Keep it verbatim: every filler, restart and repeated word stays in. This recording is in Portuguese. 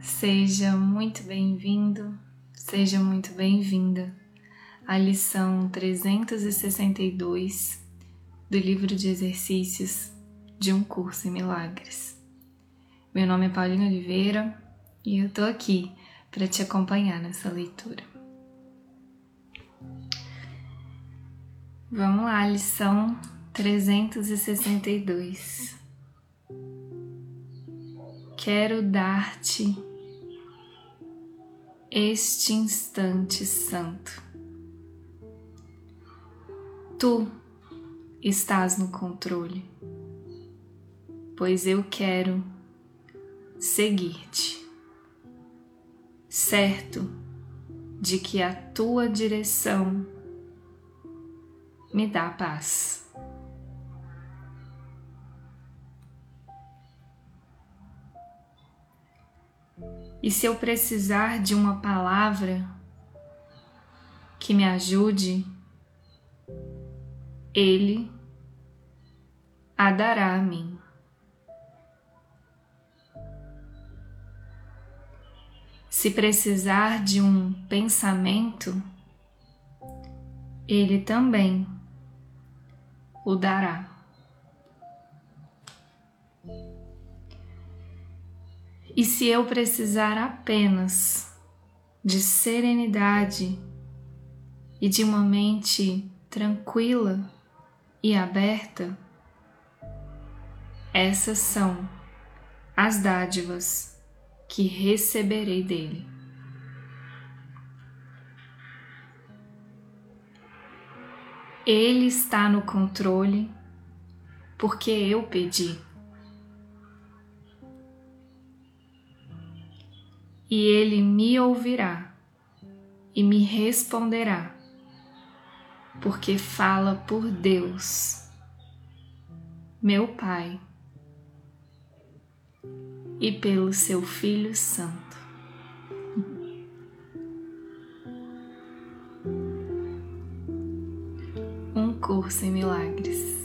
Seja muito bem-vindo, seja muito bem-vinda à lição trezentos e sessenta e dois do livro de exercícios de Um Curso em Milagres. Meu nome é Paulinha Oliveira e eu tô aqui para te acompanhar nessa leitura. Vamos lá, lição trezentos e sessenta e dois. Quero dar-te este instante santo. Tu estás no controle, pois eu quero seguir-te, certo de que a tua direção me dá paz. E se eu precisar de uma palavra que me ajude, Ele a dará a mim. Se precisar de um pensamento, Ele também o dará. E se eu precisar apenas de serenidade e de uma mente tranquila e aberta, essas são as dádivas que receberei dele. Ele está no controle porque eu pedi. E ele me ouvirá e me responderá, porque fala por Deus, meu Pai, e pelo seu Filho Santo. Um Curso em Milagres.